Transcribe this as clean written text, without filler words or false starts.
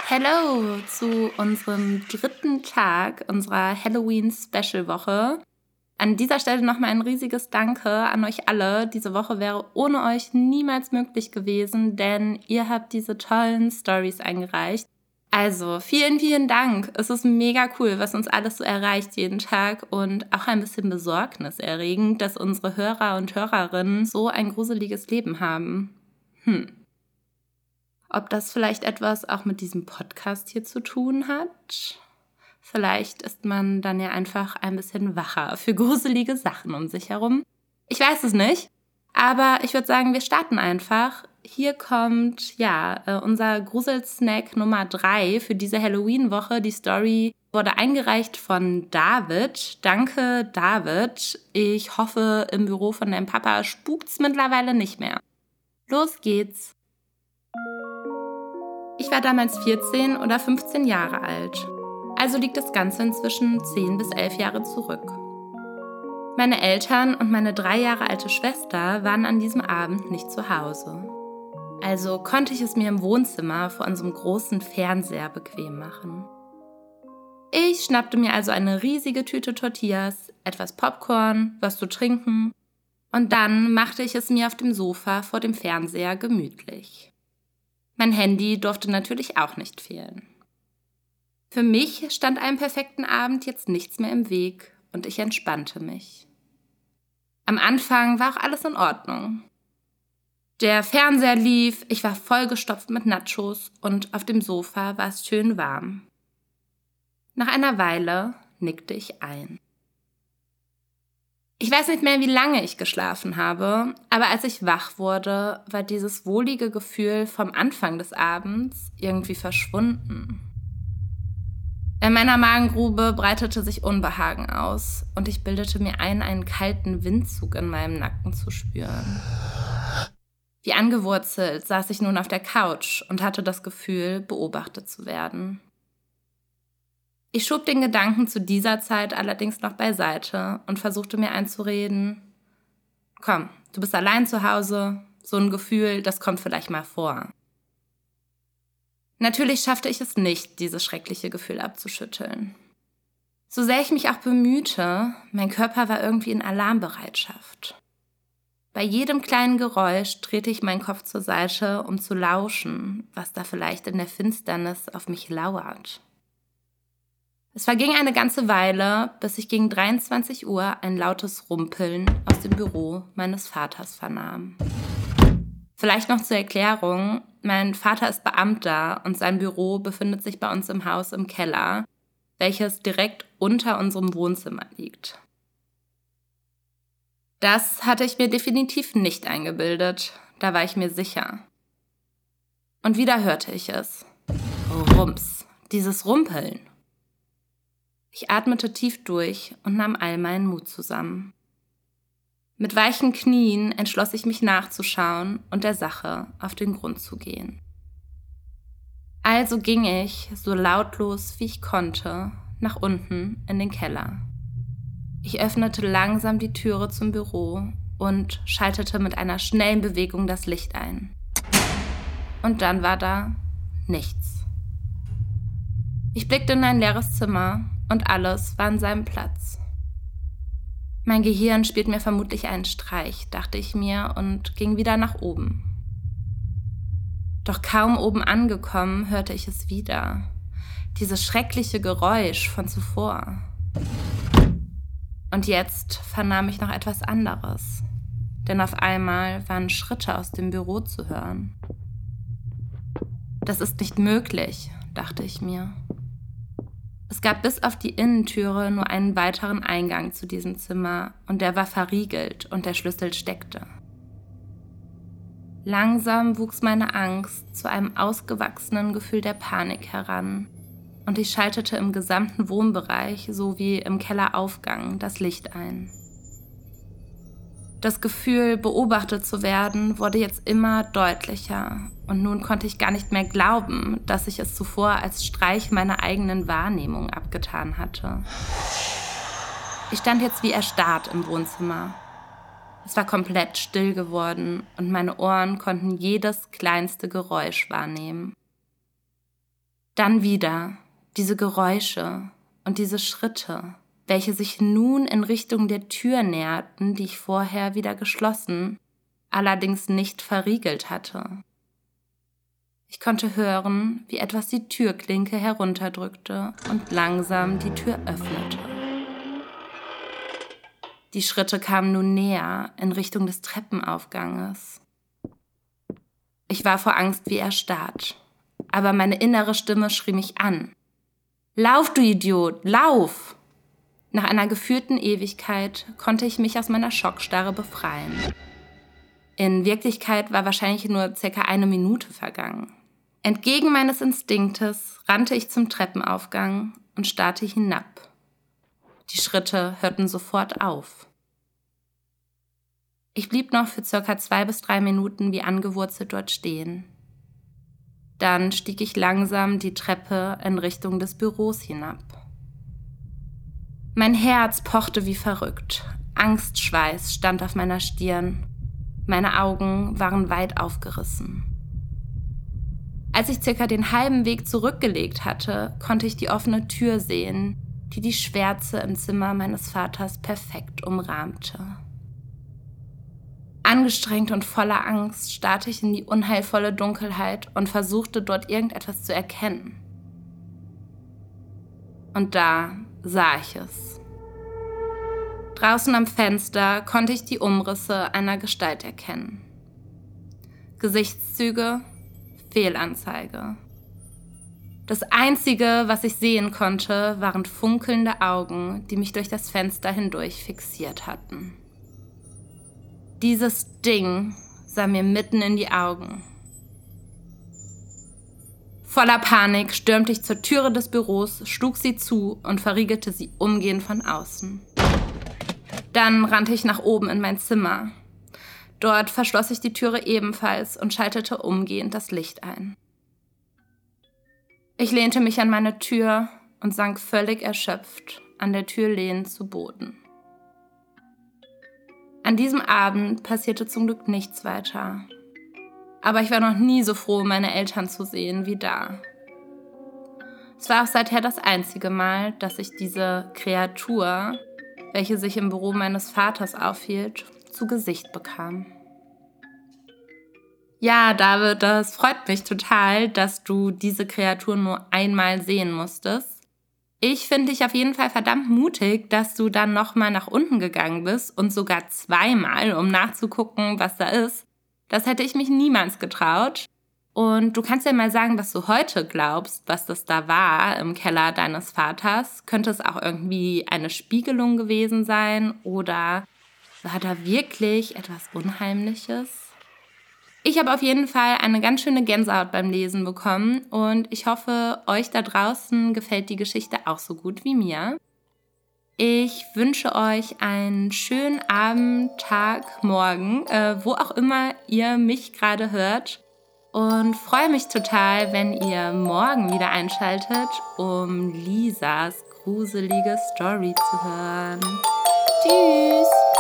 Hello zu unserem dritten Tag unserer Halloween-Special-Woche. An dieser Stelle nochmal ein riesiges Danke an euch alle. Diese Woche wäre ohne euch niemals möglich gewesen, denn ihr habt diese tollen Stories eingereicht. Also vielen, vielen Dank. Es ist mega cool, was uns alles so erreicht jeden Tag und auch ein bisschen besorgniserregend, dass unsere Hörer und Hörerinnen so ein gruseliges Leben haben. Ob das vielleicht etwas auch mit diesem Podcast hier zu tun hat? Vielleicht ist man dann ja einfach ein bisschen wacher für gruselige Sachen um sich herum. Ich weiß es nicht, aber ich würde sagen, wir starten einfach. Hier kommt unser Gruselsnack Nummer 3 für diese Halloween-Woche. Die Story wurde eingereicht von David. Danke, David. Ich hoffe, im Büro von deinem Papa spukt's mittlerweile nicht mehr. Los geht's. Ich war damals 14 oder 15 Jahre alt. Also liegt das Ganze inzwischen 10 bis 11 Jahre zurück. Meine Eltern und meine 3 Jahre alte Schwester waren an diesem Abend nicht zu Hause. Also konnte ich es mir im Wohnzimmer vor unserem großen Fernseher bequem machen. Ich schnappte mir also eine riesige Tüte Tortillas, etwas Popcorn, was zu trinken und dann machte ich es mir auf dem Sofa vor dem Fernseher gemütlich. Mein Handy durfte natürlich auch nicht fehlen. Für mich stand einem perfekten Abend jetzt nichts mehr im Weg und ich entspannte mich. Am Anfang war auch alles in Ordnung. Der Fernseher lief, ich war vollgestopft mit Nachos und auf dem Sofa war es schön warm. Nach einer Weile nickte ich ein. Ich weiß nicht mehr, wie lange ich geschlafen habe, aber als ich wach wurde, war dieses wohlige Gefühl vom Anfang des Abends irgendwie verschwunden. In meiner Magengrube breitete sich Unbehagen aus und ich bildete mir ein, einen kalten Windzug in meinem Nacken zu spüren. Wie angewurzelt saß ich nun auf der Couch und hatte das Gefühl, beobachtet zu werden. Ich schob den Gedanken zu dieser Zeit allerdings noch beiseite und versuchte mir einzureden, komm, du bist allein zu Hause, so ein Gefühl, das kommt vielleicht mal vor. Natürlich schaffte ich es nicht, dieses schreckliche Gefühl abzuschütteln. So sehr ich mich auch bemühte, mein Körper war irgendwie in Alarmbereitschaft. Bei jedem kleinen Geräusch drehte ich meinen Kopf zur Seite, um zu lauschen, was da vielleicht in der Finsternis auf mich lauert. Es verging eine ganze Weile, bis ich gegen 23 Uhr ein lautes Rumpeln aus dem Büro meines Vaters vernahm. Vielleicht noch zur Erklärung, mein Vater ist Beamter und sein Büro befindet sich bei uns im Haus im Keller, welches direkt unter unserem Wohnzimmer liegt. Das hatte ich mir definitiv nicht eingebildet, da war ich mir sicher. Und wieder hörte ich es. Rums, dieses Rumpeln. Ich atmete tief durch und nahm all meinen Mut zusammen. Mit weichen Knien entschloss ich mich nachzuschauen und der Sache auf den Grund zu gehen. Also ging ich, so lautlos wie ich konnte, nach unten in den Keller. Ich öffnete langsam die Türe zum Büro und schaltete mit einer schnellen Bewegung das Licht ein. Und dann war da nichts. Ich blickte in ein leeres Zimmer und alles war an seinem Platz. Mein Gehirn spielt mir vermutlich einen Streich, dachte ich mir und ging wieder nach oben. Doch kaum oben angekommen, hörte ich es wieder. Dieses schreckliche Geräusch von zuvor. Und jetzt vernahm ich noch etwas anderes. Denn auf einmal waren Schritte aus dem Büro zu hören. Das ist nicht möglich, dachte ich mir. Es gab bis auf die Innentüre nur einen weiteren Eingang zu diesem Zimmer und der war verriegelt und der Schlüssel steckte. Langsam wuchs meine Angst zu einem ausgewachsenen Gefühl der Panik heran und ich schaltete im gesamten Wohnbereich sowie im Kelleraufgang das Licht ein. Das Gefühl, beobachtet zu werden, wurde jetzt immer deutlicher und nun konnte ich gar nicht mehr glauben, dass ich es zuvor als Streich meiner eigenen Wahrnehmung abgetan hatte. Ich stand jetzt wie erstarrt im Wohnzimmer. Es war komplett still geworden und meine Ohren konnten jedes kleinste Geräusch wahrnehmen. Dann wieder diese Geräusche und diese Schritte, welche sich nun in Richtung der Tür näherten, die ich vorher wieder geschlossen, allerdings nicht verriegelt hatte. Ich konnte hören, wie etwas die Türklinke herunterdrückte und langsam die Tür öffnete. Die Schritte kamen nun näher in Richtung des Treppenaufganges. Ich war vor Angst wie erstarrt, aber meine innere Stimme schrie mich an. »Lauf, du Idiot, lauf!« Nach einer gefühlten Ewigkeit konnte ich mich aus meiner Schockstarre befreien. In Wirklichkeit war wahrscheinlich nur circa 1 Minute vergangen. Entgegen meines Instinktes rannte ich zum Treppenaufgang und starrte hinab. Die Schritte hörten sofort auf. Ich blieb noch für circa 2 bis 3 Minuten wie angewurzelt dort stehen. Dann stieg ich langsam die Treppe in Richtung des Büros hinab. Mein Herz pochte wie verrückt. Angstschweiß stand auf meiner Stirn. Meine Augen waren weit aufgerissen. Als ich circa den halben Weg zurückgelegt hatte, konnte ich die offene Tür sehen, die die Schwärze im Zimmer meines Vaters perfekt umrahmte. Angestrengt und voller Angst starrte ich in die unheilvolle Dunkelheit und versuchte, dort irgendetwas zu erkennen. Und da sah ich es. Draußen am Fenster konnte ich die Umrisse einer Gestalt erkennen. Gesichtszüge, Fehlanzeige. Das Einzige, was ich sehen konnte, waren funkelnde Augen, die mich durch das Fenster hindurch fixiert hatten. Dieses Ding sah mir mitten in die Augen. Voller Panik stürmte ich zur Türe des Büros, schlug sie zu und verriegelte sie umgehend von außen. Dann rannte ich nach oben in mein Zimmer. Dort verschloss ich die Türe ebenfalls und schaltete umgehend das Licht ein. Ich lehnte mich an meine Tür und sank völlig erschöpft, an der Tür lehnend zu Boden. An diesem Abend passierte zum Glück nichts weiter. Aber ich war noch nie so froh, meine Eltern zu sehen wie da. Es war auch seither das einzige Mal, dass ich diese Kreatur, welche sich im Büro meines Vaters aufhielt, zu Gesicht bekam. Ja, David, das freut mich total, dass du diese Kreatur nur einmal sehen musstest. Ich finde dich auf jeden Fall verdammt mutig, dass du dann nochmal nach unten gegangen bist und sogar 2-mal, um nachzugucken, was da ist. Das hätte ich mich niemals getraut. Und du kannst ja mal sagen, was du heute glaubst, was das da war im Keller deines Vaters. Könnte es auch irgendwie eine Spiegelung gewesen sein oder war da wirklich etwas Unheimliches? Ich habe auf jeden Fall eine ganz schöne Gänsehaut beim Lesen bekommen und ich hoffe, euch da draußen gefällt die Geschichte auch so gut wie mir. Ich wünsche euch einen schönen Abend, Tag, Morgen, wo auch immer ihr mich gerade hört. Und freue mich total, wenn ihr morgen wieder einschaltet, um Lisas gruselige Story zu hören. Tschüss!